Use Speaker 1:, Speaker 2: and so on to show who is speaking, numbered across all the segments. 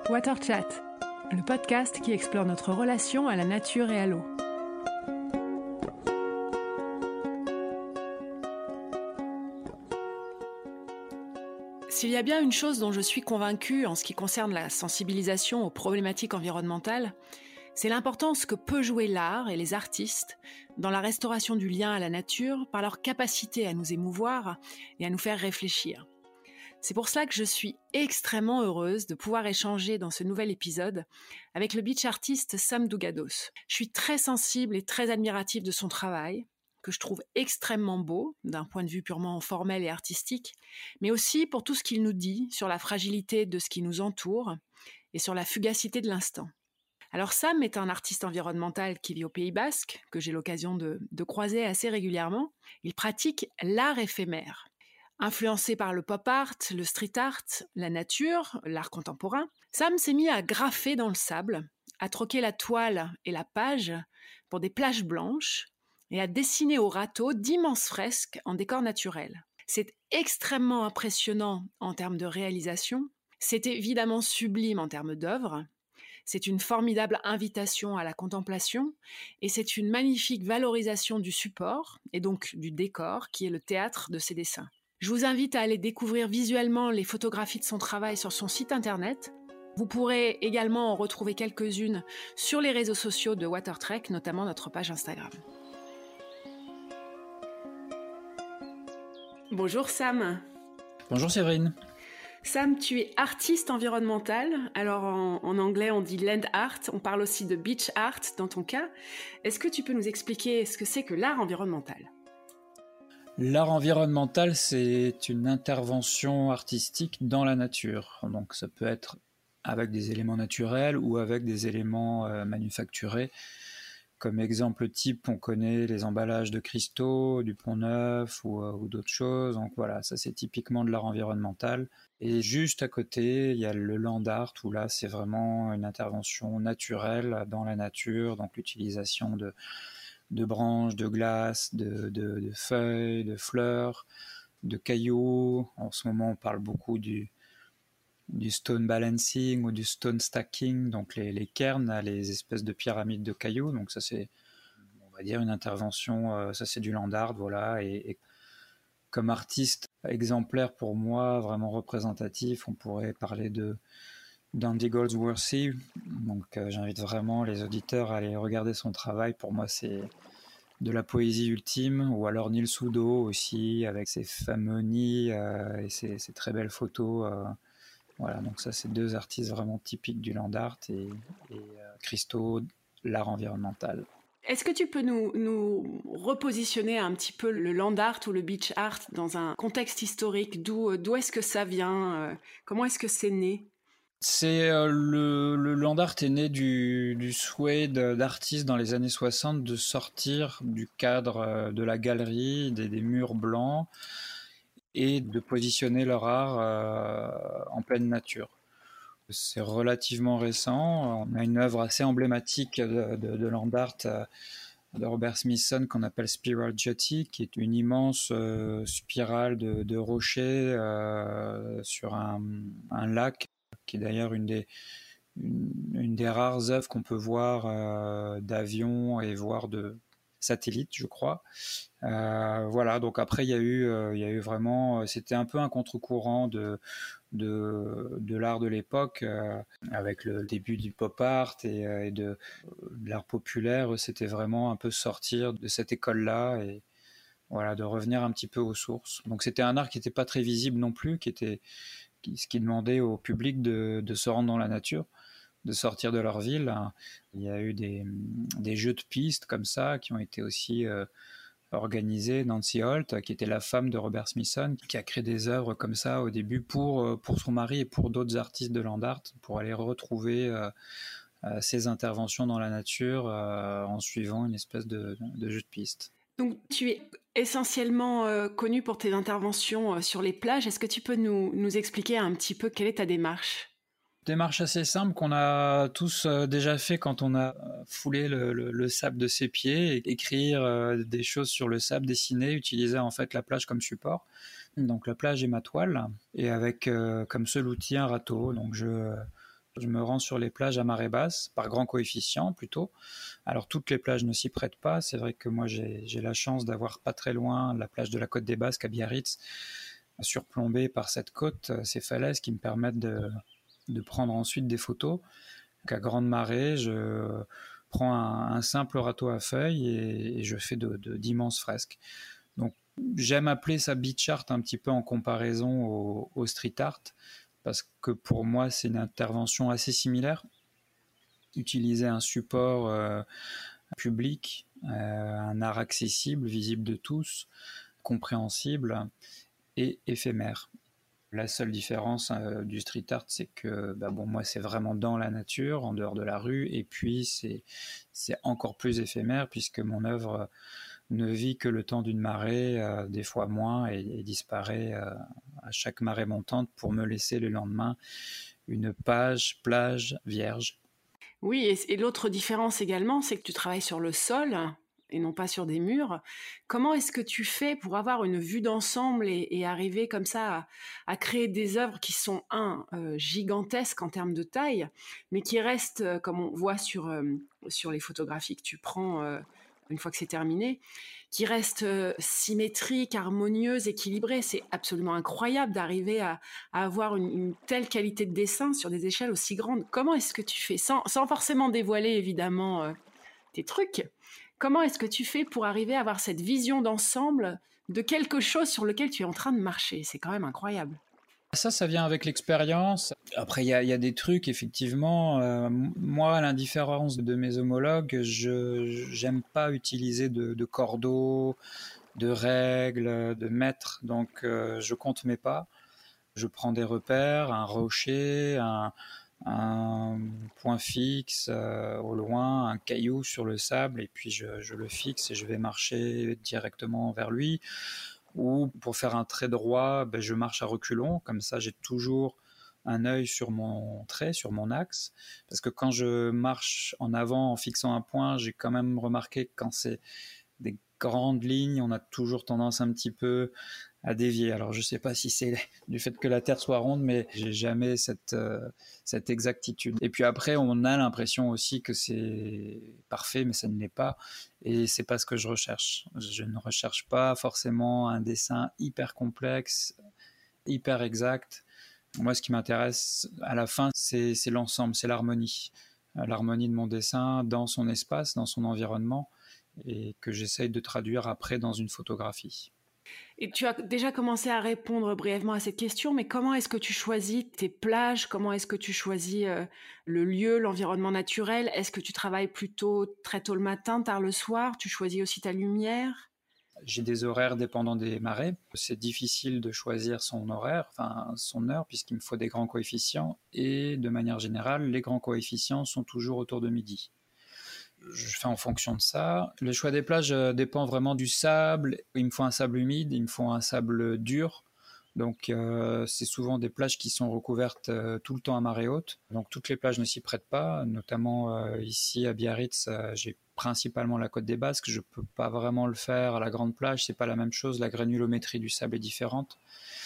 Speaker 1: Water Chat, le podcast qui explore notre relation à la nature et à l'eau. S'il y a bien une chose dont je suis convaincue en ce qui concerne la sensibilisation aux problématiques environnementales, c'est l'importance que peut jouer l'art et les artistes dans la restauration du lien à la nature par leur capacité à nous émouvoir et à nous faire réfléchir. C'est pour cela que je suis extrêmement heureuse de pouvoir échanger dans ce nouvel épisode avec le beach artiste Sam Dougados. Je suis très sensible et très admirative de son travail, que je trouve extrêmement beau d'un point de vue purement formel et artistique, mais aussi pour tout ce qu'il nous dit sur la fragilité de ce qui nous entoure et sur la fugacité de l'instant. Alors Sam est un artiste environnemental qui vit au Pays Basque, que j'ai l'occasion de croiser assez régulièrement. Il pratique l'art éphémère. Influencé par le pop art, le street art, la nature, l'art contemporain, Sam s'est mis à graffer dans le sable, à troquer la toile et la page pour des plages blanches et à dessiner au râteau d'immenses fresques en décor naturel. C'est extrêmement impressionnant en termes de réalisation, c'est évidemment sublime en termes d'œuvre, c'est une formidable invitation à la contemplation et c'est une magnifique valorisation du support et donc du décor qui est le théâtre de ses dessins. Je vous invite à aller découvrir visuellement les photographies de son travail sur son site internet. Vous pourrez également en retrouver quelques-unes sur les réseaux sociaux de WaterTrek, notamment notre page Instagram. Bonjour Sam.
Speaker 2: Bonjour Séverine.
Speaker 1: Sam, tu es artiste environnemental. Alors en anglais on dit land art, on parle aussi de beach art dans ton cas. Est-ce que tu peux nous expliquer ce que c'est que l'art environnemental ?
Speaker 2: L'art environnemental, c'est une intervention artistique dans la nature. Donc ça peut être avec des éléments naturels ou avec des éléments manufacturés. Comme exemple type, on connaît les emballages de cristaux, du Pont-Neuf ou d'autres choses. Donc voilà, ça c'est typiquement de l'art environnemental. Et juste à côté, il y a le land art où là c'est vraiment une intervention naturelle dans la nature, donc l'utilisation de branches, de glace, de feuilles, de fleurs, de cailloux. En ce moment, on parle beaucoup du stone balancing ou du stone stacking, donc les cairns, les espèces de pyramides de cailloux. Donc ça, c'est, on va dire, une intervention, ça c'est du land art, voilà. Et comme artiste exemplaire pour moi, vraiment représentatif, on pourrait parler d'Andy Goldsworthy. Donc j'invite vraiment les auditeurs à aller regarder son travail. Pour moi, c'est de la poésie ultime, ou alors Neil Soudo aussi, avec ses fameux nids et ses très belles photos. Voilà, donc ça, c'est deux artistes vraiment typiques du land art et Christo, l'art environnemental.
Speaker 1: Est-ce que tu peux nous repositionner un petit peu le land art ou le beach art dans un contexte historique ? D'où est-ce que ça vient ? Comment est-ce que c'est né ?
Speaker 2: C'est le land art est né du souhait d'artistes dans les années 60 de sortir du cadre de la galerie, des murs blancs, et de positionner leur art en pleine nature. C'est relativement récent. On a une œuvre assez emblématique de land art de Robert Smithson qu'on appelle Spiral Jetty, qui est une immense spirale de rochers sur un lac, qui est d'ailleurs une des rares œuvres qu'on peut voir d'avion et voir de satellite, je crois. Voilà, donc après il y a eu vraiment, c'était un peu un contre-courant de l'art de l'époque, avec le début du pop art et de l'art populaire. C'était vraiment un peu sortir de cette école-là et voilà, de revenir un petit peu aux sources. Donc c'était un art qui n'était pas très visible non plus, ce qui demandait au public de se rendre dans la nature, de sortir de leur ville. Il y a eu des jeux de pistes comme ça qui ont été aussi organisés. Nancy Holt, qui était la femme de Robert Smithson, qui a créé des œuvres comme ça au début pour son mari et pour d'autres artistes de land art, pour aller retrouver ses interventions dans la nature en suivant une espèce de jeu de pistes.
Speaker 1: Donc tu es essentiellement connu pour tes interventions sur les plages. Est-ce que tu peux nous expliquer un petit peu quelle est ta démarche ?
Speaker 2: Démarche assez simple qu'on a tous déjà fait quand on a foulé le sable de ses pieds, et écrire des choses sur le sable, dessiner, utiliser en fait la plage comme support. Donc la plage est ma toile, et avec comme seul outil un râteau. Donc je Je me rends sur les plages à marée basse, par grand coefficient plutôt. Alors toutes les plages ne s'y prêtent pas. C'est vrai que moi j'ai la chance d'avoir pas très loin la plage de la Côte des Basques à Biarritz, surplombée par cette côte, ces falaises qui me permettent de prendre ensuite des photos. Donc à grande marée, je prends un simple râteau à feuilles et je fais d'immenses fresques. Donc j'aime appeler ça beach art un petit peu en comparaison au street art, parce que pour moi c'est une intervention assez similaire. Utiliser un support public, un art accessible, visible de tous, compréhensible et éphémère. La seule différence du street art, c'est que moi, c'est vraiment dans la nature, en dehors de la rue, et puis c'est encore plus éphémère puisque mon œuvre ne vit que le temps d'une marée, des fois moins, et disparaît à chaque marée montante pour me laisser le lendemain une plage vierge.
Speaker 1: Oui, et l'autre différence également, c'est que tu travailles sur le sol et non pas sur des murs. Comment est-ce que tu fais pour avoir une vue d'ensemble et arriver comme ça à créer des œuvres qui sont, gigantesques en termes de taille, mais qui restent, comme on voit sur les photographies que tu prends une fois que c'est terminé, qui restent symétriques, harmonieuses, équilibrées. C'est absolument incroyable d'arriver à avoir une telle qualité de dessin sur des échelles aussi grandes. Comment est-ce que tu fais, sans forcément dévoiler évidemment tes trucs, comment est-ce que tu fais pour arriver à avoir cette vision d'ensemble de quelque chose sur lequel tu es en train de marcher? C'est quand même incroyable.
Speaker 2: Ça vient avec l'expérience. Après, il y a des trucs, effectivement. Moi, à l'indifférence de mes homologues, je j'aime pas utiliser de cordeaux, de règles, de mètres. Donc, je compte mes pas. Je prends des repères, un rocher, un point fixe au loin, un caillou sur le sable, et puis je le fixe et je vais marcher directement vers lui. Ou pour faire un trait droit, je marche à reculons, comme ça j'ai toujours un œil sur mon trait, sur mon axe, parce que quand je marche en avant en fixant un point, j'ai quand même remarqué que quand c'est des grandes lignes, on a toujours tendance un petit peu à dévier. Alors je sais pas si c'est du fait que la Terre soit ronde, mais j'ai jamais cette exactitude. Et puis après, on a l'impression aussi que c'est parfait, mais ça ne l'est pas. Et c'est pas ce que je recherche. Je ne recherche pas forcément un dessin hyper complexe, hyper exact. Moi, ce qui m'intéresse à la fin, c'est l'ensemble, c'est l'harmonie. L'harmonie de mon dessin dans son espace, dans son environnement, et que j'essaye de traduire après dans une photographie.
Speaker 1: Et tu as déjà commencé à répondre brièvement à cette question, mais comment est-ce que tu choisis tes plages? Comment est-ce que tu choisis le lieu, l'environnement naturel? Est-ce que tu travailles plutôt très tôt le matin, tard le soir? Tu choisis aussi ta lumière?
Speaker 2: J'ai des horaires dépendant des marées. C'est difficile de choisir son horaire, enfin son heure, puisqu'il me faut des grands coefficients. Et de manière générale, les grands coefficients sont toujours autour de midi. Je fais en fonction de ça. Le choix des plages dépend vraiment du sable. Il me faut un sable humide, il me faut un sable dur. Donc c'est souvent des plages qui sont recouvertes tout le temps à marée haute. Donc toutes les plages ne s'y prêtent pas, notamment ici à Biarritz, j'ai principalement la côte des Basques. Je peux pas vraiment le faire à la grande plage, c'est pas la même chose. La granulométrie du sable est différente.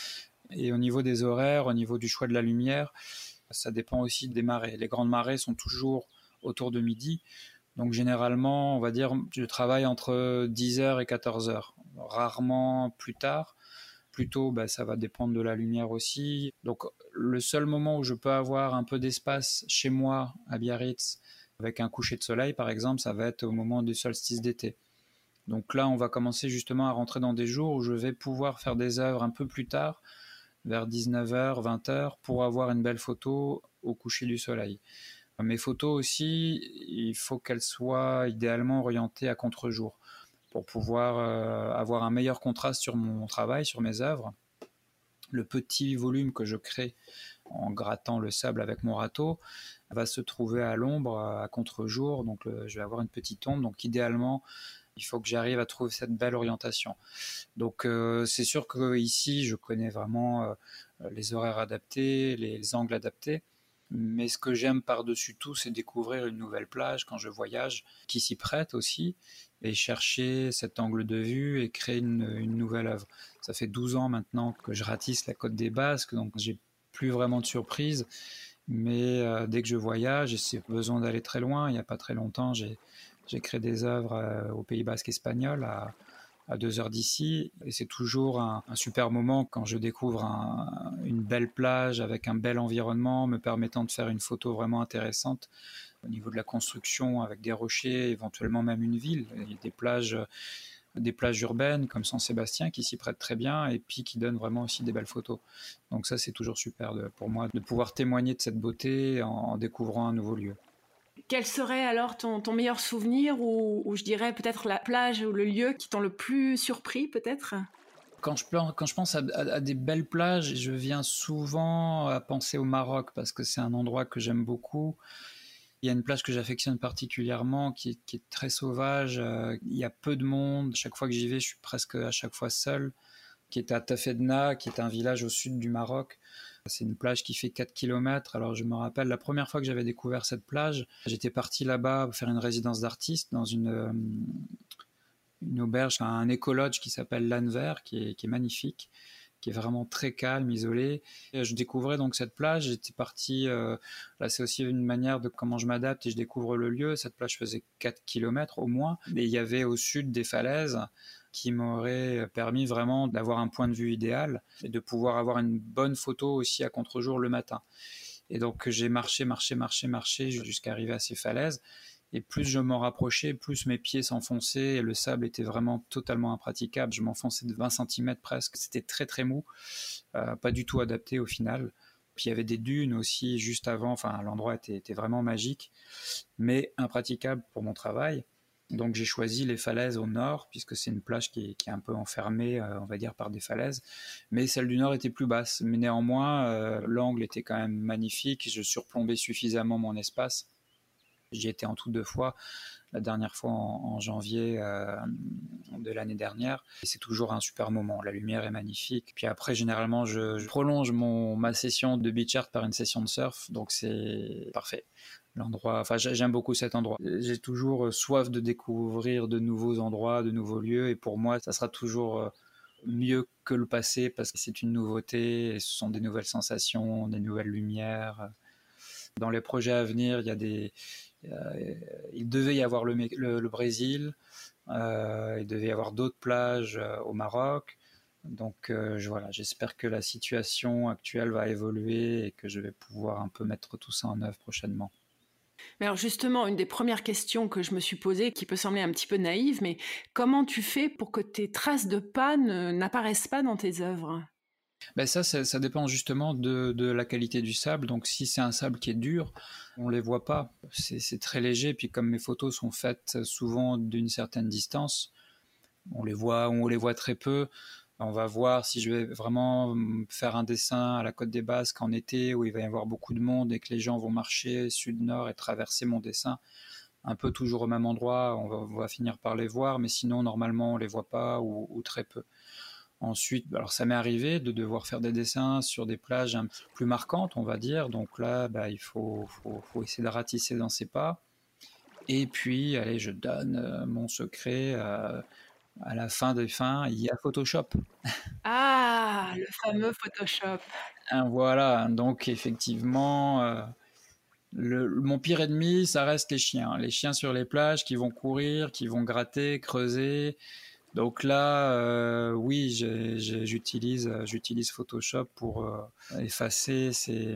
Speaker 2: Et au niveau des horaires, au niveau du choix de la lumière, ça dépend aussi des marées. Les grandes marées sont toujours autour de midi. Donc généralement, on va dire, je travaille entre 10h et 14h, rarement plus tard. Plus tôt, ça va dépendre de la lumière aussi. Donc le seul moment où je peux avoir un peu d'espace chez moi à Biarritz, avec un coucher de soleil par exemple, ça va être au moment du solstice d'été. Donc là, on va commencer justement à rentrer dans des jours où je vais pouvoir faire des œuvres un peu plus tard, vers 19h, 20h, pour avoir une belle photo au coucher du soleil. Mes photos aussi, il faut qu'elles soient idéalement orientées à contre-jour pour pouvoir avoir un meilleur contraste sur mon travail, sur mes œuvres. Le petit volume que je crée en grattant le sable avec mon râteau va se trouver à l'ombre, à contre-jour, donc je vais avoir une petite ombre, donc idéalement, il faut que j'arrive à trouver cette belle orientation. Donc c'est sûr qu'ici, je connais vraiment les horaires adaptés, les angles adaptés, mais ce que j'aime par-dessus tout, c'est découvrir une nouvelle plage quand je voyage, qui s'y prête aussi, et chercher cet angle de vue et créer une nouvelle œuvre. Ça fait 12 ans maintenant que je ratisse la côte des Basques, donc j'ai plus vraiment de surprises. Mais dès que je voyage, et c'est besoin d'aller très loin, il n'y a pas très longtemps, j'ai créé des œuvres au Pays Basque espagnol, à 2 heures d'ici. Et c'est toujours un super moment quand je découvre une belle plage avec un bel environnement me permettant de faire une photo vraiment intéressante au niveau de la construction avec des rochers, éventuellement même une ville. Il y a des plages urbaines comme Saint-Sébastien qui s'y prêtent très bien et puis qui donnent vraiment aussi des belles photos. Donc ça, c'est toujours super pour moi de pouvoir témoigner de cette beauté en découvrant un nouveau lieu.
Speaker 1: Quel serait alors ton meilleur souvenir ou je dirais peut-être la plage ou le lieu qui t'ont le plus surpris peut-être?
Speaker 2: Quand je pense à des belles plages, je viens souvent à penser au Maroc parce que c'est un endroit que j'aime beaucoup. Il y a une plage que j'affectionne particulièrement qui est très sauvage. Il y a peu de monde. Chaque fois que j'y vais, je suis presque à chaque fois seul. Qui est à Tafedna, qui est un village au sud du Maroc. C'est une plage qui fait 4 kilomètres. Alors je me rappelle, la première fois que j'avais découvert cette plage, j'étais parti là-bas faire une résidence d'artiste dans une auberge, un écolodge qui s'appelle l'Anver, qui est magnifique, qui est vraiment très calme, isolé. Et je découvrais donc cette plage, j'étais parti, là c'est aussi une manière de comment je m'adapte et je découvre le lieu. Cette plage faisait 4 kilomètres au moins, et il y avait au sud des falaises qui m'aurait permis vraiment d'avoir un point de vue idéal et de pouvoir avoir une bonne photo aussi à contre-jour le matin. Et donc j'ai marché jusqu'à arriver à ces falaises. Et plus je m'en rapprochais, plus mes pieds s'enfonçaient et le sable était vraiment totalement impraticable. Je m'enfonçais de 20 centimètres presque. C'était très très mou, pas du tout adapté au final. Puis il y avait des dunes aussi juste avant. Enfin, l'endroit était vraiment magique, mais impraticable pour mon travail. Donc j'ai choisi les falaises au nord, puisque c'est une plage qui est un peu enfermée, on va dire, par des falaises. Mais celle du nord était plus basse. Mais néanmoins, l'angle était quand même magnifique. Je surplombais suffisamment mon espace. J'y étais en tout 2 fois. La dernière fois en janvier de l'année dernière. Et c'est toujours un super moment. La lumière est magnifique. Puis après, généralement, je prolonge ma session de beach art par une session de surf. Donc c'est parfait. L'endroit, enfin, j'aime beaucoup cet endroit. J'ai toujours soif de découvrir de nouveaux endroits, de nouveaux lieux. Et pour moi, ça sera toujours mieux que le passé parce que c'est une nouveauté. Et ce sont des nouvelles sensations, des nouvelles lumières. Dans les projets à venir, il devait y avoir le Brésil, il devait y avoir d'autres plages au Maroc. Donc voilà, j'espère que la situation actuelle va évoluer et que je vais pouvoir un peu mettre tout ça en œuvre prochainement.
Speaker 1: Mais alors justement, une des premières questions que je me suis posée, qui peut sembler un petit peu naïve, mais comment tu fais pour que tes traces de pas n'apparaissent pas dans tes œuvres?
Speaker 2: Ben ça dépend justement de la qualité du sable. Donc si c'est un sable qui est dur, on les voit pas. C'est très léger. Puis comme mes photos sont faites souvent d'une certaine distance, on les voit très peu. On va voir si je vais vraiment faire un dessin à la Côte des Basques en été où il va y avoir beaucoup de monde et que les gens vont marcher sud-nord et traverser mon dessin un peu toujours au même endroit. On va finir par les voir, mais sinon normalement on les voit pas ou très peu. Ensuite, alors ça m'est arrivé de devoir faire des dessins sur des plages un peu plus marquantes, on va dire. Donc là, bah, il faut essayer de ratisser dans ses pas. Et puis, allez, je donne mon secret. À la fin des fins, il y a Photoshop.
Speaker 1: Ah, le fameux Photoshop.
Speaker 2: Voilà, donc effectivement, mon pire ennemi, ça reste les chiens. Les chiens sur les plages qui vont courir, qui vont gratter, creuser. Donc là, oui, j'utilise Photoshop pour effacer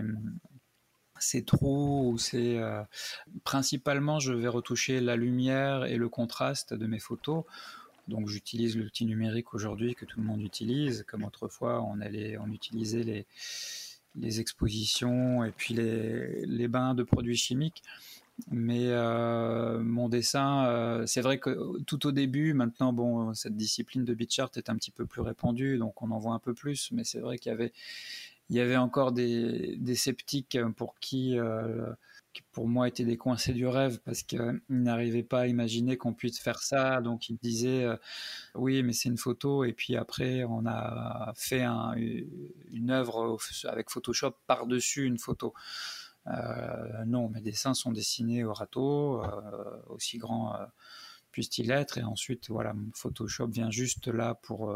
Speaker 2: ces trous. Principalement, je vais retoucher la lumière et le contraste de mes photos. Donc j'utilise l'outil numérique aujourd'hui que tout le monde utilise. Comme autrefois, on utilisait les expositions et puis les bains de produits chimiques. Mais mon dessin, c'est vrai que tout au début, maintenant, bon, cette discipline de beach art est un petit peu plus répandue, donc on en voit un peu plus. Mais c'est vrai qu'il y avait encore des sceptiques qui pour moi étaient des coincés du rêve parce qu'ils n'arrivaient pas à imaginer qu'on puisse faire ça. Donc ils disaient oui, mais c'est une photo. Et puis après, on a fait une œuvre avec Photoshop par-dessus une photo. Non, mes dessins sont dessinés au râteau, aussi grand puisse-t-il être, et ensuite, voilà, Photoshop vient juste là pour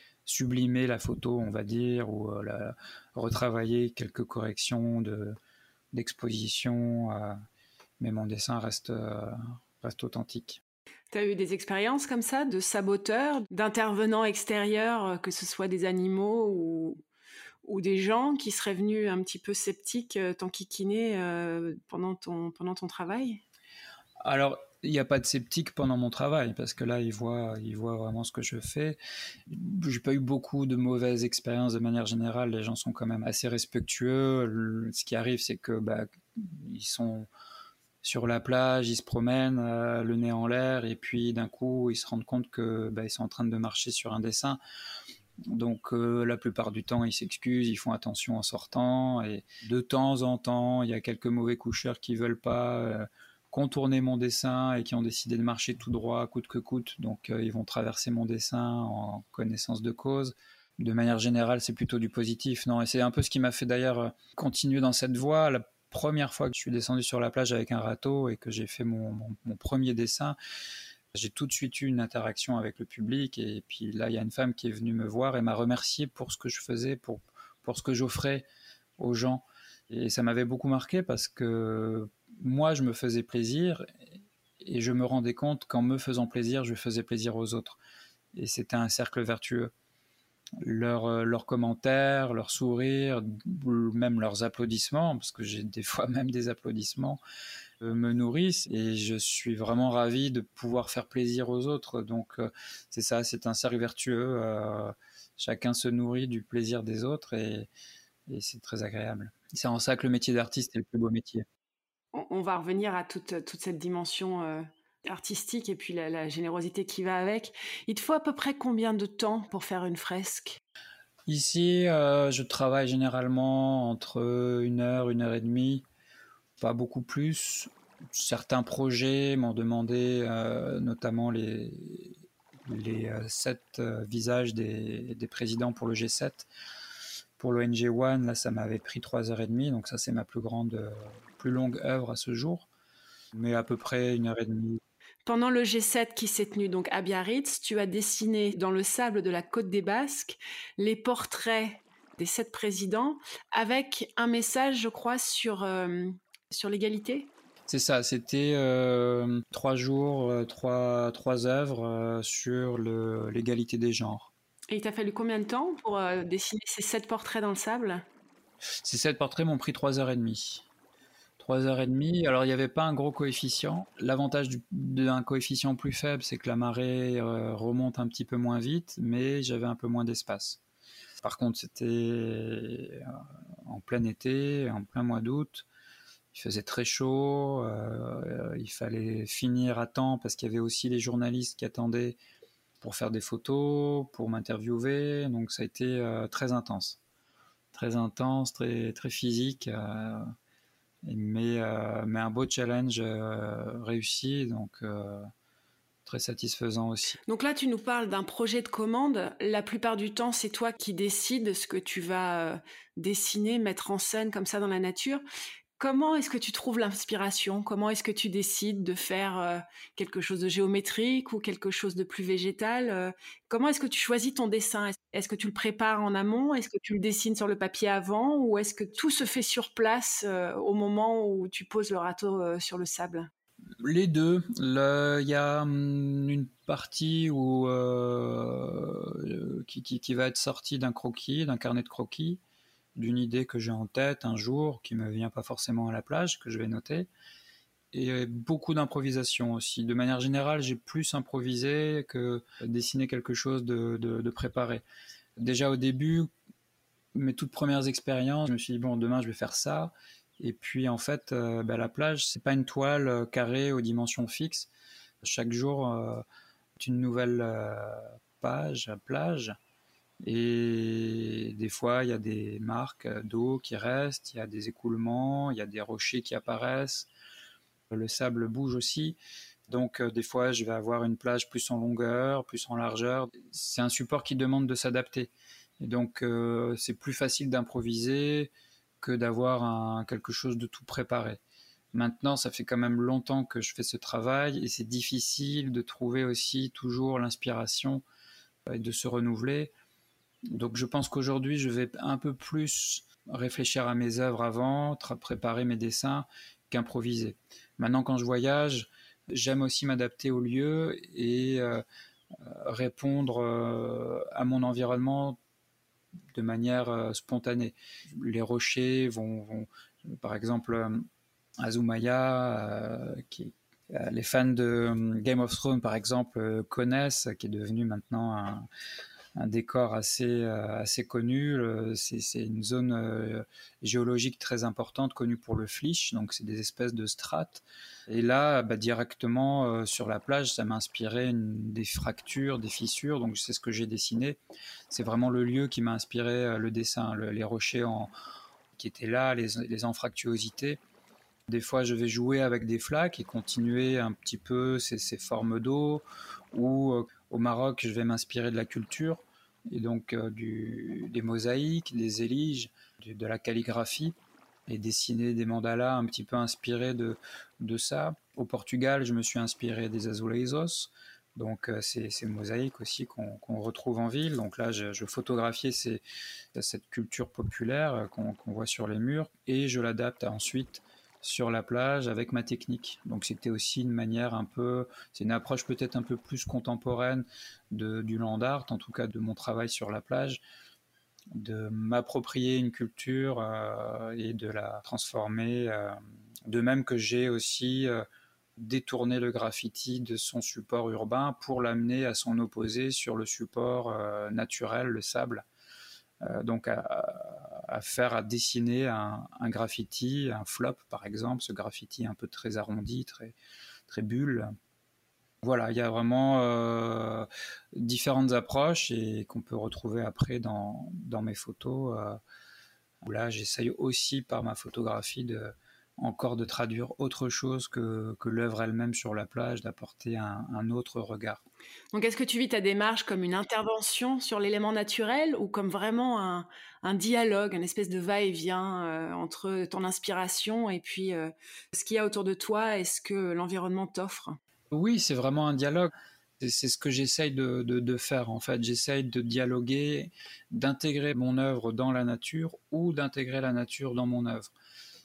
Speaker 2: sublimer la photo, on va dire, ou retravailler quelques corrections d'exposition, mais mon dessin reste authentique.
Speaker 1: Tu as eu des expériences comme ça, de saboteurs, d'intervenants extérieurs, que ce soit des animaux ou des gens qui seraient venus un petit peu sceptiques t'enquiquiner pendant ton travail?
Speaker 2: Alors, il n'y a pas de sceptique pendant mon travail, parce que là, ils voient vraiment ce que je fais. J'ai pas eu beaucoup de mauvaises expériences de manière générale. Les gens sont quand même assez respectueux. Ce qui arrive, c'est que ils sont sur la plage, ils se promènent, le nez en l'air, et puis d'un coup, ils se rendent compte que ils sont en train de marcher sur un dessin. Donc la plupart du temps, ils s'excusent, ils font attention en sortant, et de temps en temps, il y a quelques mauvais coucheurs qui veulent pas contourner mon dessin et qui ont décidé de marcher tout droit, coûte que coûte. Donc ils vont traverser mon dessin en connaissance de cause. De manière générale, c'est plutôt du positif, non? Et c'est un peu ce qui m'a fait d'ailleurs continuer dans cette voie. La première fois que je suis descendu sur la plage avec un râteau et que j'ai fait mon premier dessin, j'ai tout de suite eu une interaction avec le public, et puis là, il y a une femme qui est venue me voir et m'a remercié pour ce que je faisais, pour ce que j'offrais aux gens. Et ça m'avait beaucoup marqué parce que moi, je me faisais plaisir et je me rendais compte qu'en me faisant plaisir, je faisais plaisir aux autres. Et c'était un cercle vertueux. Leurs commentaires, leurs sourires, même leurs applaudissements, parce que j'ai des fois même des applaudissements, me nourrissent, et je suis vraiment ravi de pouvoir faire plaisir aux autres. Donc c'est ça, c'est un cercle vertueux. Chacun se nourrit du plaisir des autres, et c'est très agréable. C'est en ça que le métier d'artiste est le plus beau métier.
Speaker 1: On va revenir à toute cette dimension artistique et puis la générosité qui va avec. Il te faut à peu près combien de temps pour faire une fresque?
Speaker 2: Ici, je travaille généralement entre 1 heure et demie, pas beaucoup plus. Certains projets m'ont demandé notamment les 7 visages des présidents pour le G7. Pour l'ONG One, là, ça m'avait pris 3 heures et demie, donc ça, c'est ma plus longue œuvre à ce jour, mais à peu près 1 heure et demie.
Speaker 1: Pendant le G7 qui s'est tenu donc à Biarritz, tu as dessiné dans le sable de la côte des Basques les portraits des 7 présidents avec un message, je crois, sur l'égalité.
Speaker 2: C'est ça, c'était 3 jours, trois œuvres sur l'égalité des genres.
Speaker 1: Et il t'a fallu combien de temps pour dessiner ces 7 portraits dans le sable?
Speaker 2: Ces 7 portraits m'ont pris 3 heures et demie. 3 heures et demie. Alors, il n'y avait pas un gros coefficient. L'avantage d'un coefficient plus faible, c'est que la marée remonte un petit peu moins vite, mais j'avais un peu moins d'espace. Par contre, c'était en plein été, en plein mois d'août. Il faisait très chaud. Il fallait finir à temps parce qu'il y avait aussi les journalistes qui attendaient pour faire des photos, pour m'interviewer. Donc, ça a été très intense. Très intense, très, très physique. Mais un beau challenge réussi, donc très satisfaisant aussi.
Speaker 1: Donc là, tu nous parles d'un projet de commande. La plupart du temps, c'est toi qui décides ce que tu vas dessiner, mettre en scène comme ça dans la nature. Comment est-ce que tu trouves l'inspiration? Comment est-ce que tu décides de faire quelque chose de géométrique ou quelque chose de plus végétal? Comment est-ce que tu choisis ton dessin? Est-ce que tu le prépares en amont? Est-ce que tu le dessines sur le papier avant? Ou est-ce que tout se fait sur place au moment où tu poses le râteau sur le sable?
Speaker 2: Les deux. Il y a une partie qui va être sortie d'un croquis, d'un carnet de croquis, d'une idée que j'ai en tête un jour, qui me vient pas forcément à la plage, que je vais noter. Et beaucoup d'improvisation aussi. De manière générale, j'ai plus improvisé que dessiner quelque chose de préparé. Déjà au début, mes toutes premières expériences, je me suis dit, bon, demain je vais faire ça. Et puis en fait, la plage, c'est pas une toile carrée aux dimensions fixes. Chaque jour, c'est une nouvelle plage. Et des fois, il y a des marques d'eau qui restent, il y a des écoulements, il y a des rochers qui apparaissent. Le sable bouge aussi. Donc des fois, je vais avoir une plage plus en longueur, plus en largeur. C'est un support qui demande de s'adapter. Et donc c'est plus facile d'improviser que d'avoir quelque chose de tout préparé. Maintenant, ça fait quand même longtemps que je fais ce travail, et c'est difficile de trouver aussi toujours l'inspiration et de se renouveler. Donc je pense qu'aujourd'hui, je vais un peu plus réfléchir à mes œuvres avant, préparer mes dessins, qu'improviser. Maintenant, quand je voyage, j'aime aussi m'adapter au lieu et répondre à mon environnement de manière spontanée. Les rochers vont par exemple, Azumaya, les fans de Game of Thrones, par exemple, connaissent, qui est devenu maintenant un décor assez connu. C'est une zone géologique très importante, connue pour le flysch, donc c'est des espèces de strates. Et là, directement sur la plage, ça m'a inspiré des fractures, des fissures, donc c'est ce que j'ai dessiné. C'est vraiment le lieu qui m'a inspiré le dessin, les rochers qui étaient là, les anfractuosités. Des fois, je vais jouer avec des flaques et continuer un petit peu ces formes d'eau. Ou au Maroc, je vais m'inspirer de la culture, et donc des mosaïques, des éliges, de la calligraphie, et dessiner des mandalas un petit peu inspirés de ça. Au Portugal, je me suis inspiré des azulejos, donc ces mosaïques aussi qu'on retrouve en ville. Donc là, je photographiais cette culture populaire qu'on voit sur les murs, et je l'adapte ensuite sur la plage avec ma technique. Donc c'était aussi une manière c'est une approche peut-être un peu plus contemporaine du land art, en tout cas de mon travail sur la plage, de m'approprier une culture et de la transformer. De même que j'ai aussi détourné le graffiti de son support urbain pour l'amener à son opposé sur le support naturel, le sable. Donc à dessiner un graffiti, un flop par exemple, ce graffiti un peu très arrondi, très bulle. Voilà, il y a vraiment différentes approches et qu'on peut retrouver après dans mes photos. Où là, j'essaye aussi par ma photographie encore de traduire autre chose que l'œuvre elle-même sur la plage, d'apporter un autre regard.
Speaker 1: Donc, est-ce que tu vis ta démarche comme une intervention sur l'élément naturel ou comme vraiment un dialogue, une espèce de va-et-vient entre ton inspiration et puis ce qu'il y a autour de toi et ce que l'environnement t'offre?
Speaker 2: Oui, c'est vraiment un dialogue. C'est ce que j'essaye de faire en fait. J'essaye de dialoguer, d'intégrer mon œuvre dans la nature ou d'intégrer la nature dans mon œuvre.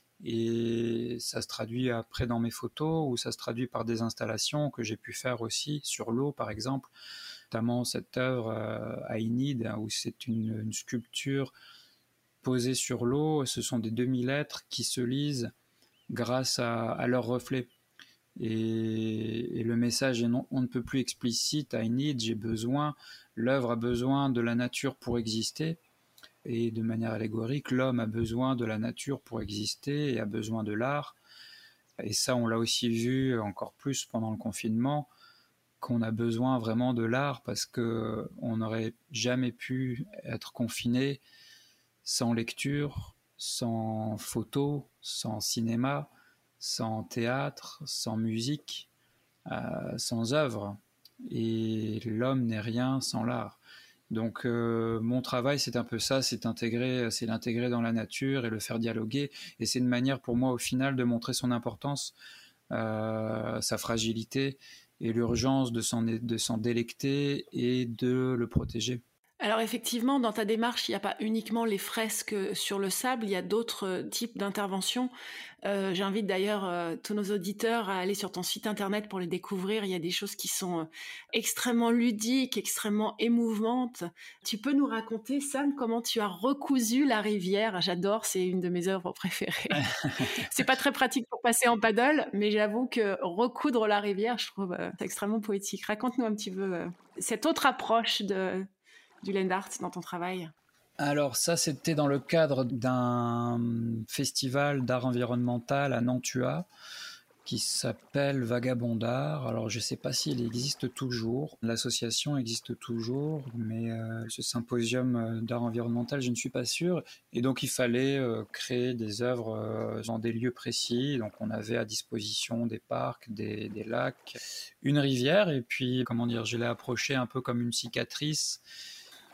Speaker 2: Et ça se traduit après dans mes photos, ou ça se traduit par des installations que j'ai pu faire aussi sur l'eau par exemple, notamment cette œuvre à Enid où c'est une sculpture posée sur l'eau. Ce sont des demi-lettres qui se lisent grâce à leur reflet. Et le message est on ne peut plus explicite. I need, l'œuvre a besoin de la nature pour exister. Et de manière allégorique, l'homme a besoin de la nature pour exister et a besoin de l'art. Et ça, on l'a aussi vu encore plus pendant le confinement, qu'on a besoin vraiment de l'art parce qu'on n'aurait jamais pu être confiné sans lecture, sans photo, sans cinéma, sans théâtre, sans musique, sans œuvre. Et l'homme n'est rien sans l'art. Donc mon travail, c'est un peu ça, c'est l'intégrer dans la nature et le faire dialoguer. Et c'est une manière pour moi au final de montrer son importance, sa fragilité et l'urgence de s'en délecter et de le protéger.
Speaker 1: Alors effectivement, dans ta démarche, il n'y a pas uniquement les fresques sur le sable, il y a d'autres types d'interventions. J'invite d'ailleurs tous nos auditeurs à aller sur ton site internet pour les découvrir. Il y a des choses qui sont extrêmement ludiques, extrêmement émouvantes. Tu peux nous raconter, Sam, comment tu as recousu la rivière? J'adore, c'est une de mes œuvres préférées. C'est pas très pratique pour passer en paddle, mais j'avoue que recoudre la rivière, je trouve extrêmement poétique. Raconte-nous un petit peu cette autre approche du land art dans ton travail.
Speaker 2: Alors ça, c'était dans le cadre d'un festival d'art environnemental à Nantua qui s'appelle Vagabondart. Alors je ne sais pas s'il existe toujours, l'association existe toujours, mais ce symposium d'art environnemental, je ne suis pas sûr. Et donc il fallait créer des œuvres dans des lieux précis. Donc on avait à disposition des parcs, des lacs, une rivière, et puis je l'ai approché un peu comme une cicatrice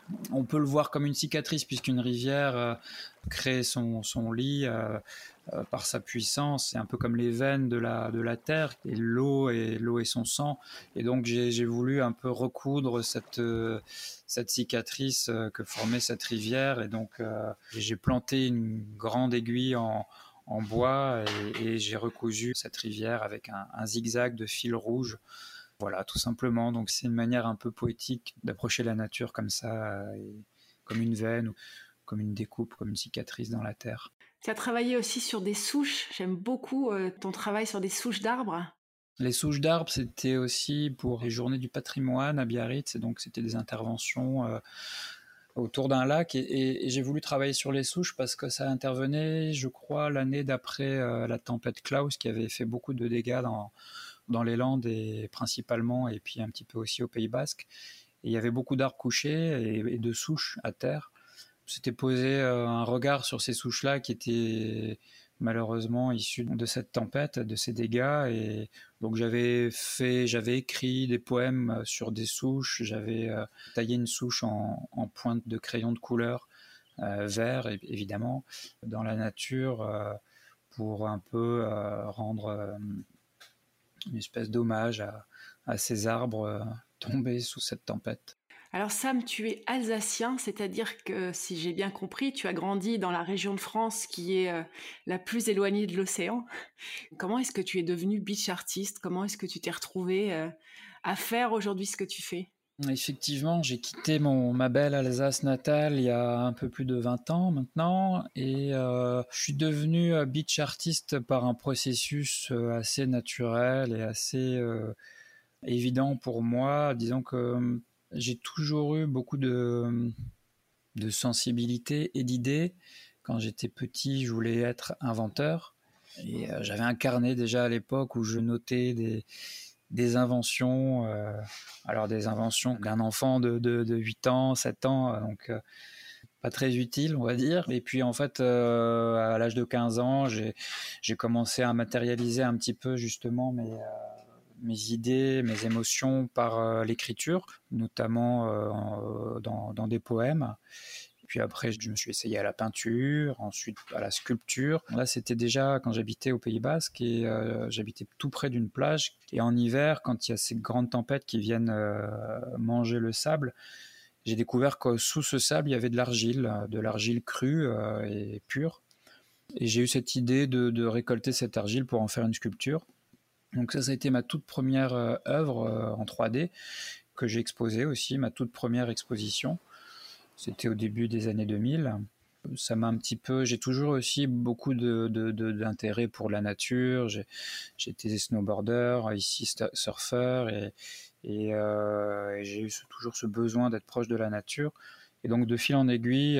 Speaker 2: On peut le voir comme une cicatrice puisqu'une rivière crée son lit par sa puissance. C'est un peu comme les veines de la terre, et l'eau et son sang. Et donc j'ai voulu un peu recoudre cette cicatrice que formait cette rivière. Et donc j'ai planté une grande aiguille en bois et j'ai recousu cette rivière avec un zigzag de fil rouge. Voilà, tout simplement. Donc c'est une manière un peu poétique d'approcher la nature comme ça, comme une veine, ou comme une découpe, comme une cicatrice dans la terre.
Speaker 1: Tu as travaillé aussi sur des souches. J'aime beaucoup ton travail sur des souches d'arbres.
Speaker 2: Les souches d'arbres, c'était aussi pour les journées du patrimoine à Biarritz, et donc c'était des interventions autour d'un lac, et j'ai voulu travailler sur les souches parce que ça intervenait, je crois, l'année d'après la tempête Klaus qui avait fait beaucoup de dégâts dans les Landes et principalement, et puis un petit peu aussi au Pays Basque. Et il y avait beaucoup d'arbres couchés et de souches à terre. S'était posé un regard sur ces souches-là qui étaient malheureusement issues de cette tempête, de ces dégâts. Et donc j'avais écrit des poèmes sur des souches, j'avais taillé une souche en pointe de crayon de couleur vert, évidemment, dans la nature pour un peu rendre une espèce d'hommage à ces arbres tombés sous cette tempête.
Speaker 1: Alors Sam, tu es alsacien, c'est-à-dire que si j'ai bien compris, tu as grandi dans la région de France qui est la plus éloignée de l'océan. Comment est-ce que tu es devenu beach artiste? Comment est-ce que tu t'es retrouvé à faire aujourd'hui ce que tu fais?
Speaker 2: Effectivement, j'ai quitté ma belle Alsace natale il y a un peu plus de 20 ans maintenant, et je suis devenu beach artiste par un processus assez naturel et assez évident pour moi. Disons que j'ai toujours eu beaucoup de sensibilité et d'idées. Quand j'étais petit, je voulais être inventeur, et j'avais un carnet déjà à l'époque où je notais des inventions, alors des inventions d'un enfant de 8 ans, 7 ans, donc pas très utile, on va dire. Et puis en fait, à l'âge de 15 ans, j'ai commencé à matérialiser un petit peu justement mes idées, mes émotions par l'écriture, notamment dans des poèmes. Puis après, je me suis essayé à la peinture, ensuite à la sculpture. Là, c'était déjà quand j'habitais au Pays Basque, et j'habitais tout près d'une plage. Et en hiver, quand il y a ces grandes tempêtes qui viennent manger le sable, j'ai découvert que sous ce sable, il y avait de l'argile crue et pure. Et j'ai eu cette idée de récolter cette argile pour en faire une sculpture. Donc ça a été ma toute première œuvre en 3D que j'ai exposée aussi, ma toute première exposition. C'était au début des années 2000. Ça m'a un petit peu. J'ai toujours aussi beaucoup d'intérêt pour la nature. J'étais snowboarder, ici surfeur, et j'ai eu toujours ce besoin d'être proche de la nature. Et donc de fil en aiguille,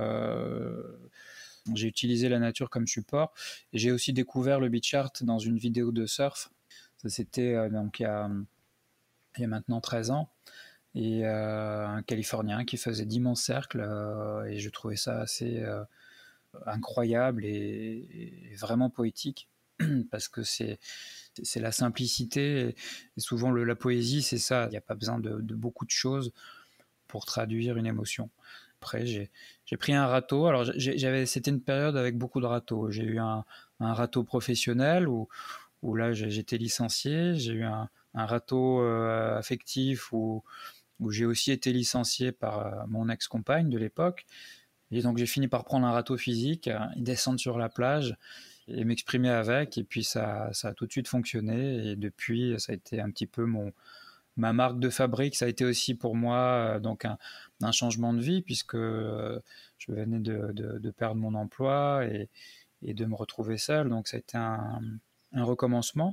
Speaker 2: j'ai utilisé la nature comme support. Et j'ai aussi découvert le beach art dans une vidéo de surf. Ça c'était donc il y a maintenant 13 ans. Et un Californien qui faisait d'immenses cercles, et je trouvais ça assez incroyable et vraiment poétique parce que c'est la simplicité, et souvent la poésie c'est ça, il n'y a pas besoin de beaucoup de choses pour traduire une émotion. Après j'ai pris un râteau, alors c'était une période avec beaucoup de râteaux. J'ai eu un râteau professionnel où là j'étais licencié, j'ai eu un râteau affectif où j'ai aussi été licencié par mon ex-compagne de l'époque. Et donc j'ai fini par prendre un râteau physique, descendre sur la plage et m'exprimer avec. Et puis ça a tout de suite fonctionné. Et depuis, ça a été un petit peu ma marque de fabrique. Ça a été aussi pour moi donc un changement de vie, puisque je venais de perdre mon emploi et de me retrouver seul. Donc ça a été un recommencement.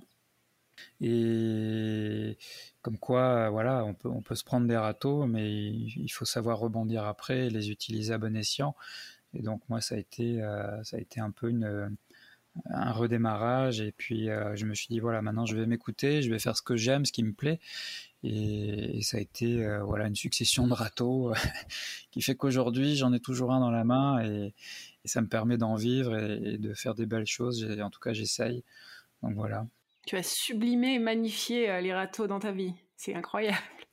Speaker 2: Et comme quoi, voilà, on peut se prendre des râteaux, mais il faut savoir rebondir après et les utiliser à bon escient. Et donc moi, ça a été un peu un redémarrage. Et puis je me suis dit, voilà, maintenant je vais m'écouter, je vais faire ce que j'aime, ce qui me plaît. Et ça a été voilà, une succession de râteaux qui fait qu'aujourd'hui, j'en ai toujours un dans la main, et ça me permet d'en vivre et de faire des belles choses. En tout cas, j'essaye. Donc voilà.
Speaker 1: Tu as sublimé et magnifié les râteaux dans ta vie. C'est incroyable.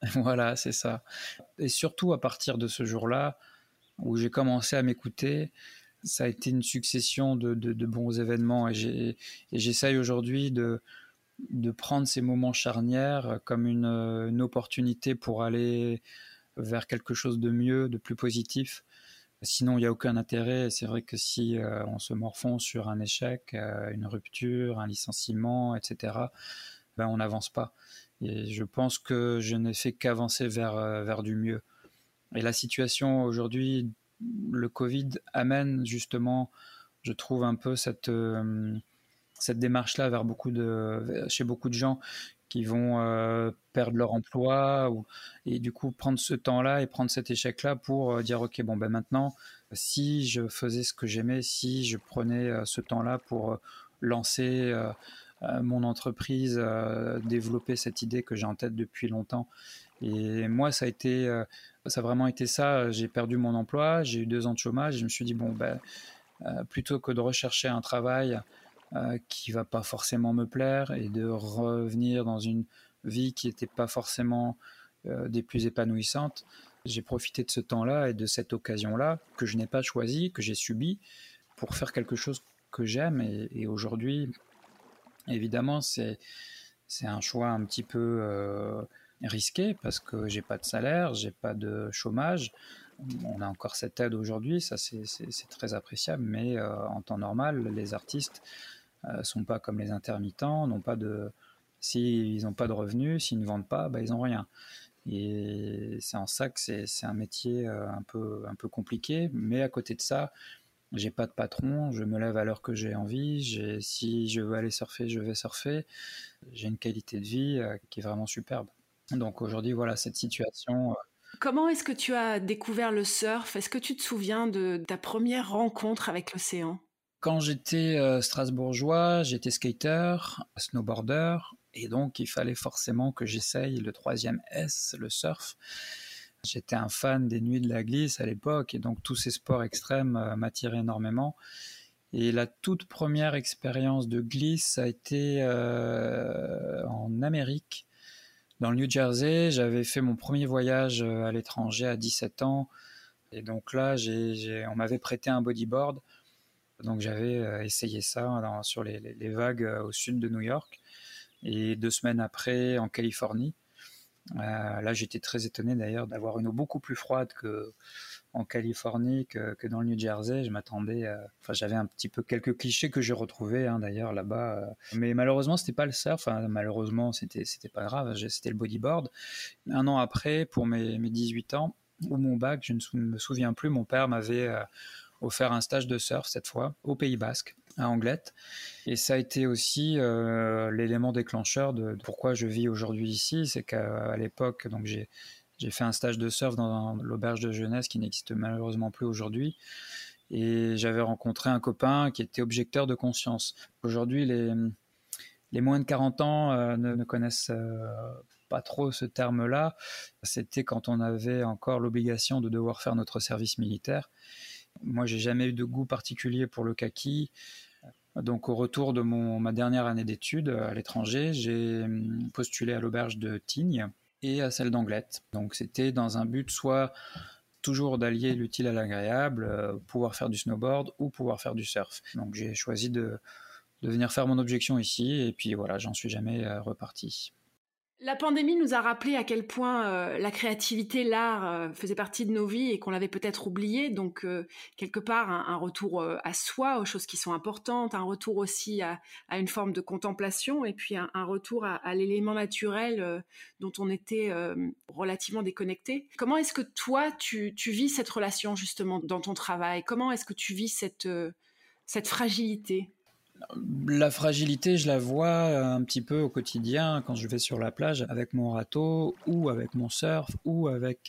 Speaker 2: Voilà, c'est ça. Et surtout à partir de ce jour-là, où j'ai commencé à m'écouter, ça a été une succession de bons événements. Et j'essaye aujourd'hui de prendre ces moments charnières comme une opportunité pour aller vers quelque chose de mieux, de plus positif. Sinon, il n'y a aucun intérêt. C'est vrai que si on se morfond sur un échec, une rupture, un licenciement, etc., ben, on n'avance pas. Et je pense que je n'ai fait qu'avancer vers du mieux. Et la situation aujourd'hui, le Covid amène justement, je trouve, un peu cette démarche-là chez beaucoup de gens qui vont perdre leur emploi et du coup prendre ce temps-là et prendre cet échec-là pour dire ok, bon ben maintenant, si je faisais ce que j'aimais, si je prenais ce temps-là pour lancer mon entreprise, développer cette idée que j'ai en tête depuis longtemps. Et moi, ça a vraiment été ça. J'ai perdu mon emploi, j'ai eu 2 ans de chômage. Et je me suis dit bon ben plutôt que de rechercher un travail qui va pas forcément me plaire et de revenir dans une vie qui n'était pas forcément des plus épanouissantes, j'ai profité de ce temps-là et de cette occasion-là que je n'ai pas choisi, que j'ai subi pour faire quelque chose que j'aime. Et aujourd'hui, évidemment, c'est un choix un petit peu risqué parce que j'ai pas de salaire, j'ai pas de chômage. On a encore cette aide aujourd'hui, ça c'est très appréciable, mais en temps normal, les artistes sont pas comme les intermittents, s'ils n'ont pas de revenus, s'ils ne vendent pas, bah, ils n'ont rien. Et c'est en ça que c'est un métier un peu compliqué, mais à côté de ça, j'ai pas de patron, je me lève à l'heure que j'ai envie, si je veux aller surfer, je vais surfer. J'ai une qualité de vie qui est vraiment superbe. Donc aujourd'hui, voilà, cette situation.
Speaker 1: Comment est-ce que tu as découvert le surf? Est-ce que tu te souviens de ta première rencontre avec l'océan?
Speaker 2: Quand j'étais strasbourgeois, j'étais skater, snowboarder, et donc il fallait forcément que j'essaye le troisième S, le surf. J'étais un fan des nuits de la glisse à l'époque, et donc tous ces sports extrêmes m'attiraient énormément. Et la toute première expérience de glisse a été en Amérique, dans le New Jersey. J'avais fait mon premier voyage à l'étranger à 17 ans, et donc là, on m'avait prêté un bodyboard. Donc j'avais essayé ça sur les vagues au sud de New York. Et 2 semaines après, en Californie. Là, j'étais très étonné d'ailleurs d'avoir une eau beaucoup plus froide qu'en Californie, que dans le New Jersey. Je m'attendais, enfin, j'avais un petit peu quelques clichés que j'ai retrouvés d'ailleurs là-bas. Mais malheureusement, c'était pas le surf. Enfin, malheureusement, c'était pas grave. C'était le bodyboard. Un an après, pour mes 18 ans, ou mon bac, je ne me souviens plus, mon père m'avait offert un stage de surf cette fois au Pays Basque, à Anglette. Et ça a été aussi l'élément déclencheur de pourquoi je vis aujourd'hui ici. C'est qu'à l'époque, donc j'ai fait un stage de surf dans l'auberge de jeunesse qui n'existe malheureusement plus aujourd'hui. Et j'avais rencontré un copain qui était objecteur de conscience. Aujourd'hui, les moins de 40 ans ne connaissent pas trop ce terme-là. C'était quand on avait encore l'obligation de devoir faire notre service militaire. Moi, j'ai jamais eu de goût particulier pour le kaki. Donc, au retour de ma dernière année d'études à l'étranger, j'ai postulé à l'auberge de Tignes et à celle d'Anglette. Donc, c'était dans un but soit toujours d'allier l'utile à l'agréable, pouvoir faire du snowboard ou pouvoir faire du surf. Donc, j'ai choisi de venir faire mon objection ici et puis voilà, j'en suis jamais reparti.
Speaker 1: La pandémie nous a rappelé à quel point la créativité, l'art faisait partie de nos vies et qu'on l'avait peut-être oublié. Donc, quelque part, un retour à soi, aux choses qui sont importantes, un retour aussi à une forme de contemplation et puis un retour à l'élément naturel dont on était relativement déconnecté. Comment est-ce que toi, tu vis cette relation justement dans ton travail? Comment est-ce que tu vis cette fragilité?
Speaker 2: La fragilité, je la vois un petit peu au quotidien quand je vais sur la plage avec mon râteau ou avec mon surf ou avec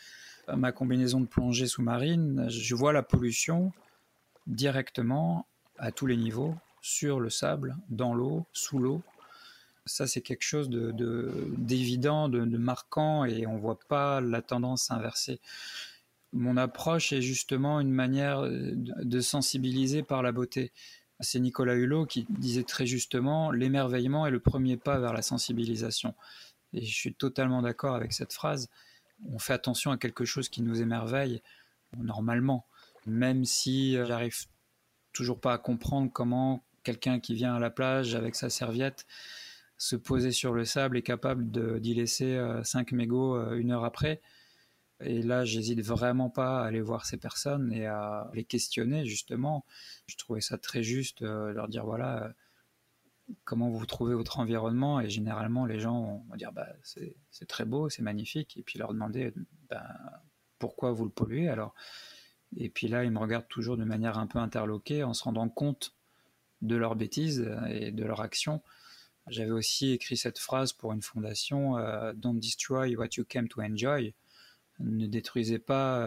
Speaker 2: ma combinaison de plongée sous-marine. Je vois la pollution directement à tous les niveaux, sur le sable, dans l'eau, sous l'eau. Ça, c'est quelque chose d'évident, de marquant et on ne voit pas la tendance s'inverser. Mon approche est justement une manière de sensibiliser par la beauté. C'est Nicolas Hulot qui disait très justement « l'émerveillement est le premier pas vers la sensibilisation ». Et je suis totalement d'accord avec cette phrase. On fait attention à quelque chose qui nous émerveille, normalement. Même si j'arrive toujours pas à comprendre comment quelqu'un qui vient à la plage avec sa serviette se poser sur le sable est capable d'y laisser 5 mégots 1 heure après. Et là, j'hésite vraiment pas à aller voir ces personnes et à les questionner, justement. Je trouvais ça très juste, leur dire, voilà, comment vous trouvez votre environnement. Et généralement, les gens vont dire, bah, c'est très beau, c'est magnifique. Et puis leur demander, ben, pourquoi vous le polluez alors. Et puis là, ils me regardent toujours de manière un peu interloquée, en se rendant compte de leurs bêtises et de leurs actions. J'avais aussi écrit cette phrase pour une fondation, Don't destroy what you came to enjoy. Ne détruisez pas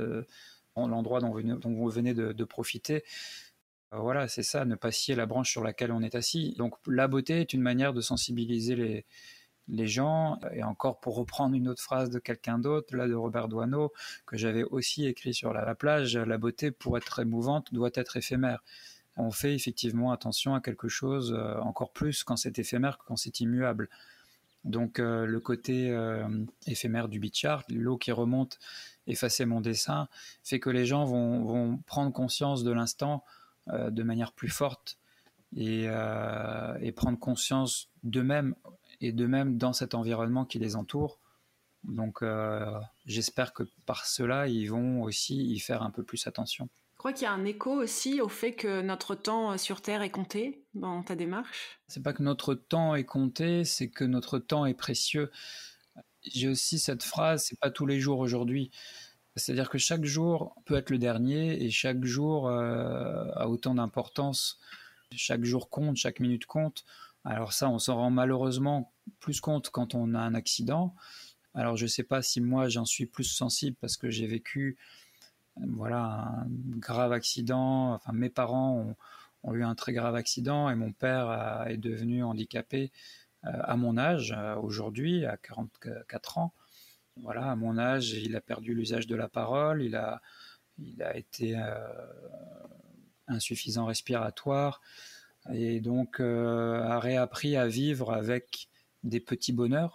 Speaker 2: l'endroit dont vous venez de profiter. Voilà, c'est ça, ne pas scier la branche sur laquelle on est assis. Donc la beauté est une manière de sensibiliser les gens. Et encore, pour reprendre une autre phrase de quelqu'un d'autre, là de Robert Doisneau, que j'avais aussi écrit sur la plage, la beauté, pour être émouvante, doit être éphémère. On fait effectivement attention à quelque chose, encore plus quand c'est éphémère que quand c'est immuable. Donc le côté éphémère du beach art, l'eau qui remonte, effacer mon dessin, fait que les gens vont prendre conscience de l'instant de manière plus forte et prendre conscience d'eux-mêmes et d'eux-mêmes dans cet environnement qui les entoure. Donc j'espère que par cela, ils vont aussi y faire un peu plus attention.
Speaker 1: Je crois qu'il y a un écho aussi au fait que notre temps sur Terre est compté dans ta démarche.
Speaker 2: C'est pas que notre temps est compté, c'est que notre temps est précieux. J'ai aussi cette phrase, c'est pas tous les jours aujourd'hui. C'est-à-dire que chaque jour peut être le dernier et chaque jour a autant d'importance. Chaque jour compte, chaque minute compte. Alors ça, on s'en rend malheureusement plus compte quand on a un accident. Alors je sais pas si moi j'en suis plus sensible parce que j'ai vécu voilà, un grave accident. Enfin, mes parents ont eu un très grave accident et mon père est devenu handicapé à mon âge, aujourd'hui, à 44 ans. Voilà, à mon âge, il a perdu l'usage de la parole, il a été insuffisant respiratoire et donc a réappris à vivre avec des petits bonheurs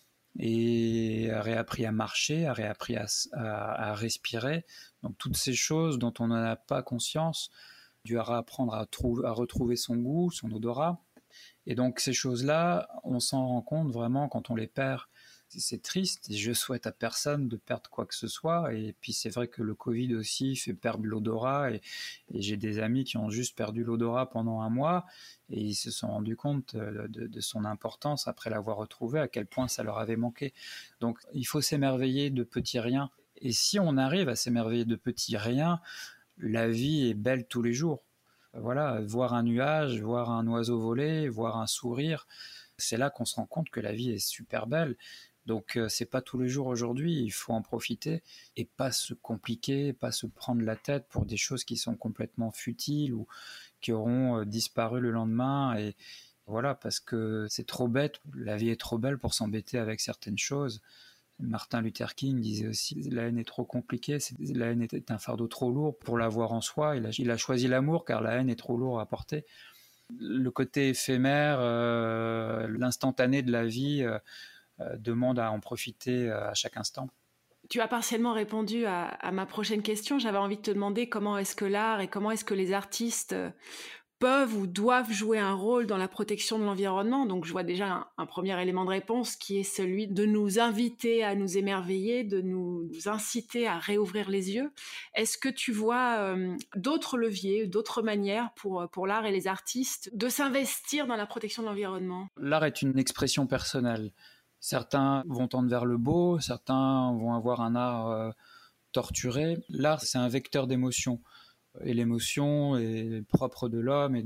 Speaker 2: et a réappris à marcher, a réappris à respirer. Donc toutes ces choses dont on n'a pas conscience, dû apprendre à retrouver son goût, son odorat. Et donc ces choses-là, on s'en rend compte vraiment quand on les perd. C'est triste et je souhaite à personne de perdre quoi que ce soit. Et puis c'est vrai que le Covid aussi fait perdre l'odorat et j'ai des amis qui ont juste perdu l'odorat pendant 1 mois et ils se sont rendus compte de son importance après l'avoir retrouvé, à quel point ça leur avait manqué. Donc il faut s'émerveiller de petits riens. Et si on arrive à s'émerveiller de petits riens, la vie est belle tous les jours. Voilà, voir un nuage, voir un oiseau voler, voir un sourire, c'est là qu'on se rend compte que la vie est super belle. Donc c'est pas tous les jours aujourd'hui, il faut en profiter et pas se compliquer, pas se prendre la tête pour des choses qui sont complètement futiles ou qui auront disparu le lendemain. Et voilà, parce que c'est trop bête, la vie est trop belle pour s'embêter avec certaines choses. Martin Luther King disait aussi la haine est trop compliquée, la haine est un fardeau trop lourd pour l'avoir en soi. Il a choisi l'amour car la haine est trop lourde à porter. Le côté éphémère, l'instantané de la vie demande à en profiter à chaque instant.
Speaker 1: Tu as partiellement répondu à ma prochaine question. J'avais envie de te demander comment est-ce que l'art et comment est-ce que les artistes peuvent ou doivent jouer un rôle dans la protection de l'environnement. Donc je vois déjà un premier élément de réponse qui est celui de nous inviter à nous émerveiller, de nous inciter à réouvrir les yeux. Est-ce que tu vois d'autres leviers, d'autres manières pour l'art et les artistes de s'investir dans la protection de l'environnement ?
Speaker 2: L'art est une expression personnelle. Certains vont tendre vers le beau, certains vont avoir un art torturé. L'art, c'est un vecteur d'émotion. Et l'émotion est propre de l'homme.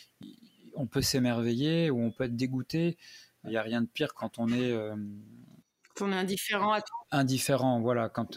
Speaker 2: On peut s'émerveiller ou on peut être dégoûté. Il n'y a rien de pire quand on est...
Speaker 1: Quand on est indifférent à tout.
Speaker 2: Indifférent, voilà. Quand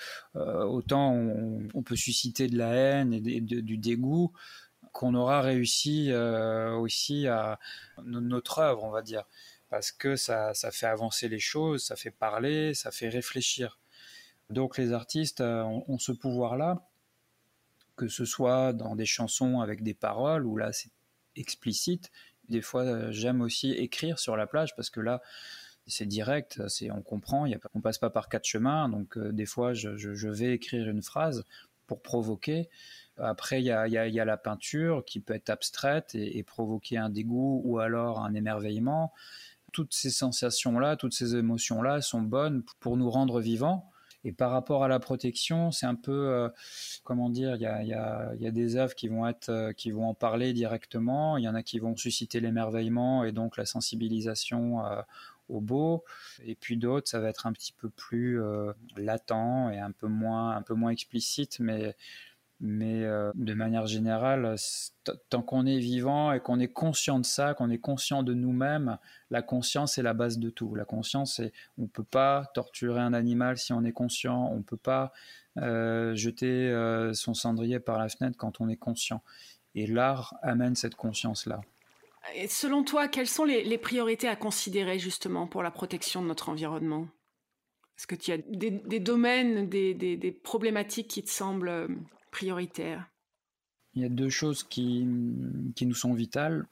Speaker 2: autant on peut susciter de la haine et du dégoût qu'on aura réussi aussi à notre œuvre, on va dire. Parce que ça fait avancer les choses, ça fait parler, ça fait réfléchir. Donc les artistes ont ce pouvoir-là, que ce soit dans des chansons avec des paroles, où là c'est explicite. Des fois j'aime aussi écrire sur la plage, parce que là C'est direct, on comprend, on passe pas par 4 chemins, donc des fois je vais écrire une phrase pour provoquer. Après, il y a la peinture qui peut être abstraite et provoquer un dégoût ou alors un émerveillement. Toutes ces sensations-là, toutes ces émotions-là sont bonnes pour nous rendre vivants. Et par rapport à la protection, c'est un peu, comment dire, il y a des œuvres qui vont en parler directement, il y en a qui vont susciter l'émerveillement et donc la sensibilisation au beau, et puis d'autres, ça va être un petit peu plus latent et un peu moins explicite, mais de manière générale, tant qu'on est vivant et qu'on est conscient de ça, qu'on est conscient de nous-mêmes, la conscience est la base de tout. La conscience, on ne peut pas torturer un animal si on est conscient, on ne peut pas jeter son cendrier par la fenêtre quand on est conscient. Et l'art amène cette conscience-là.
Speaker 1: Et selon toi, quelles sont les priorités à considérer justement pour la protection de notre environnement? Est-ce que tu as des domaines, des problématiques qui te semblent prioritaires?
Speaker 2: Il y a 2 choses qui nous sont vitales,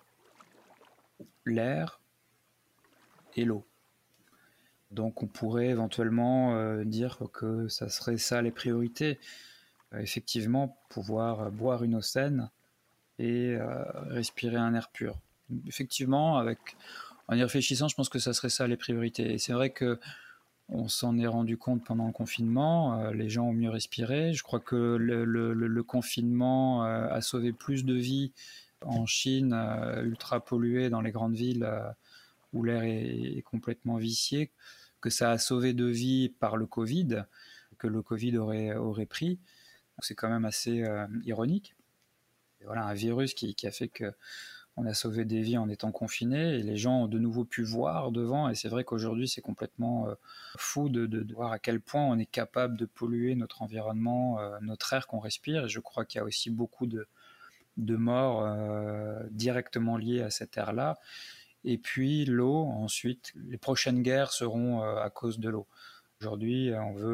Speaker 2: l'air et l'eau. Donc on pourrait éventuellement dire que ça serait ça les priorités. Effectivement, pouvoir boire une eau saine et respirer un air pur. Effectivement, en y réfléchissant, je pense que ça serait ça les priorités. Et c'est vrai que on s'en est rendu compte pendant le confinement, les gens ont mieux respiré. Je crois que le confinement a sauvé plus de vies en Chine, ultra polluée dans les grandes villes où l'air est complètement vicié, que ça a sauvé de vies par le Covid, que le Covid aurait pris. Donc c'est quand même assez ironique. Et voilà, un virus qui a fait que on a sauvé des vies en étant confinés et les gens ont de nouveau pu voir devant. Et c'est vrai qu'aujourd'hui, c'est complètement fou de voir à quel point on est capable de polluer notre environnement, notre air qu'on respire. Et je crois qu'il y a aussi beaucoup de morts directement liées à cet air-là. Et puis l'eau, ensuite, les prochaines guerres seront à cause de l'eau. Aujourd'hui,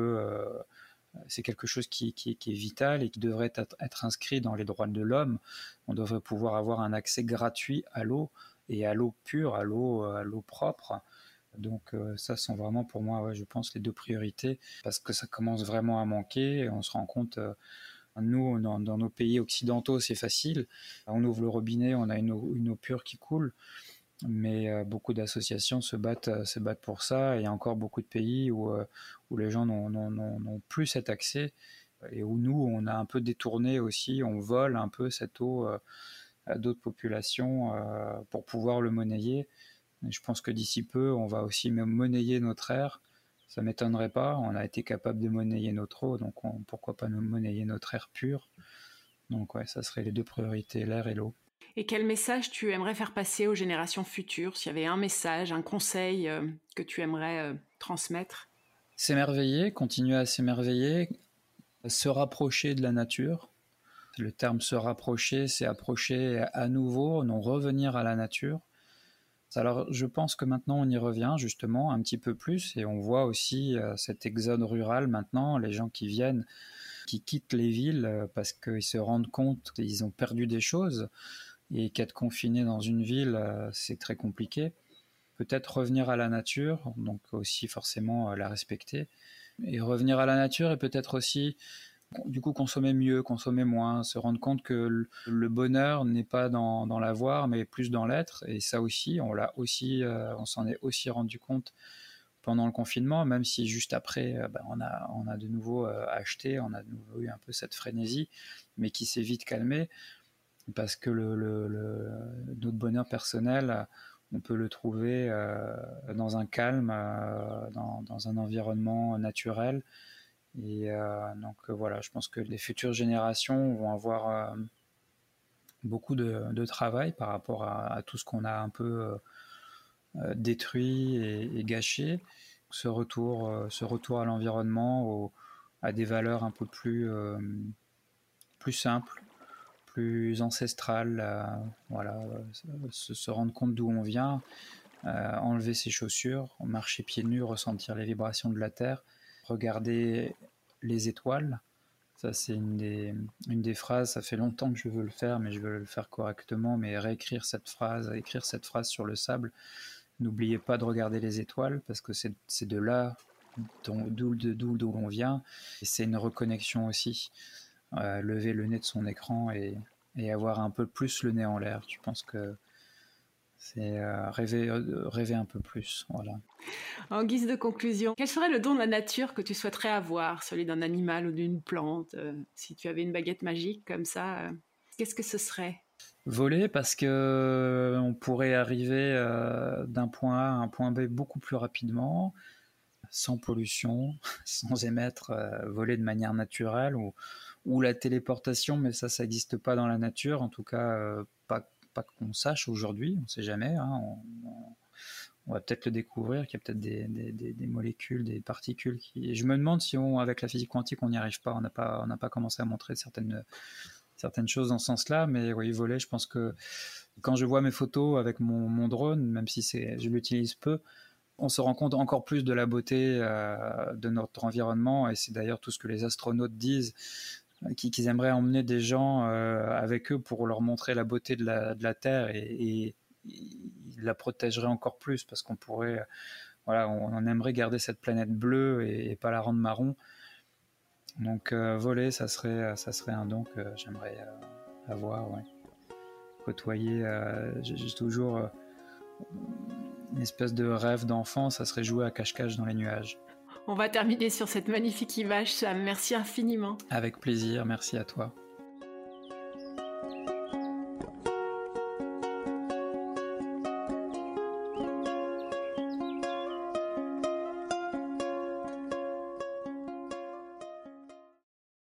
Speaker 2: c'est quelque chose qui est vital et qui devrait être inscrit dans les droits de l'homme. On devrait pouvoir avoir un accès gratuit à l'eau et à l'eau pure, à l'eau propre. Donc ça sont vraiment pour moi, ouais, je pense, les 2 priorités parce que ça commence vraiment à manquer et on se rend compte, nous, dans nos pays occidentaux, c'est facile. On ouvre le robinet, on a une eau pure qui coule. Mais beaucoup d'associations se battent pour ça. Et il y a encore beaucoup de pays où les gens n'ont plus cet accès et où nous, on a un peu détourné aussi, on vole un peu cette eau à d'autres populations pour pouvoir le monnayer. Et je pense que d'ici peu, on va aussi même monnayer notre air. Ça ne m'étonnerait pas, on a été capable de monnayer notre eau, donc pourquoi pas nous monnayer notre air pur. Donc ouais, ça serait les 2 priorités, l'air et l'eau.
Speaker 1: Et quel message tu aimerais faire passer aux générations futures? S'il y avait un message, un conseil que tu aimerais transmettre?
Speaker 2: S'émerveiller, continuer à s'émerveiller, se rapprocher de la nature. Le terme se rapprocher, c'est approcher à nouveau, non revenir à la nature. Alors je pense que maintenant on y revient justement un petit peu plus et on voit aussi cet exode rural maintenant, les gens qui viennent, qui quittent les villes parce qu'ils se rendent compte qu'ils ont perdu des choses et qu'être confiné dans une ville, c'est très compliqué. Peut-être revenir à la nature, donc aussi forcément la respecter. Et revenir à la nature et peut-être aussi, du coup, consommer mieux, consommer moins, se rendre compte que le bonheur n'est pas dans l'avoir, mais plus dans l'être. Et ça aussi, on s'en est aussi rendu compte pendant le confinement, même si juste après, on a de nouveau acheté, on a de nouveau eu un peu cette frénésie, mais qui s'est vite calmée parce que notre bonheur personnel, on peut le trouver dans un calme, dans un environnement naturel. Et donc voilà, je pense que les futures générations vont avoir beaucoup de travail par rapport à tout ce qu'on a un peu détruit et gâché. Ce retour à l'environnement, à des valeurs un peu plus simples, plus ancestrales, voilà, se rendre compte d'où on vient, enlever ses chaussures, marcher pieds nus, ressentir les vibrations de la terre, regarder les étoiles. Ça, c'est une des phrases, ça fait longtemps que je veux le faire, mais je veux le faire correctement, mais réécrire cette phrase, écrire cette phrase sur le sable, N'oubliez pas de regarder les étoiles, parce que c'est de là d'où l'on vient, et c'est une reconnexion aussi. Lever le nez de son écran et avoir un peu plus le nez en l'air. Je pense que c'est rêver un peu plus. Voilà.
Speaker 1: En guise de conclusion, quel serait le don de la nature que tu souhaiterais avoir, celui d'un animal ou d'une plante, si tu avais une baguette magique comme ça, qu'est-ce que ce serait?
Speaker 2: Voler, parce que on pourrait arriver d'un point A à un point B beaucoup plus rapidement, sans pollution, sans émettre, voler de manière naturelle, ou la téléportation, mais ça n'existe pas dans la nature, en tout cas pas qu'on sache aujourd'hui, on ne sait jamais, hein, on va peut-être le découvrir, qu'il y a peut-être des molécules, des particules qui... Je me demande si avec la physique quantique on n'y arrive pas, on n'a pas commencé à montrer certaines choses dans ce sens-là, mais oui, voler, je pense que quand je vois mes photos avec mon drone, même si je l'utilise peu, on se rend compte encore plus de la beauté de notre environnement, et c'est d'ailleurs tout ce que les astronautes disent, qu'ils aimeraient emmener des gens avec eux pour leur montrer la beauté de la Terre, et ils la protégeraient encore plus, parce qu'on pourrait, voilà, on aimerait garder cette planète bleue et pas la rendre marron. Donc voler, ça serait un don que j'aimerais avoir, ouais. Côtoyer, j'ai toujours une espèce de rêve d'enfant, ça serait jouer à cache-cache dans les nuages.
Speaker 1: On va terminer sur cette magnifique image, Sam. Merci infiniment.
Speaker 2: Avec plaisir, merci à toi.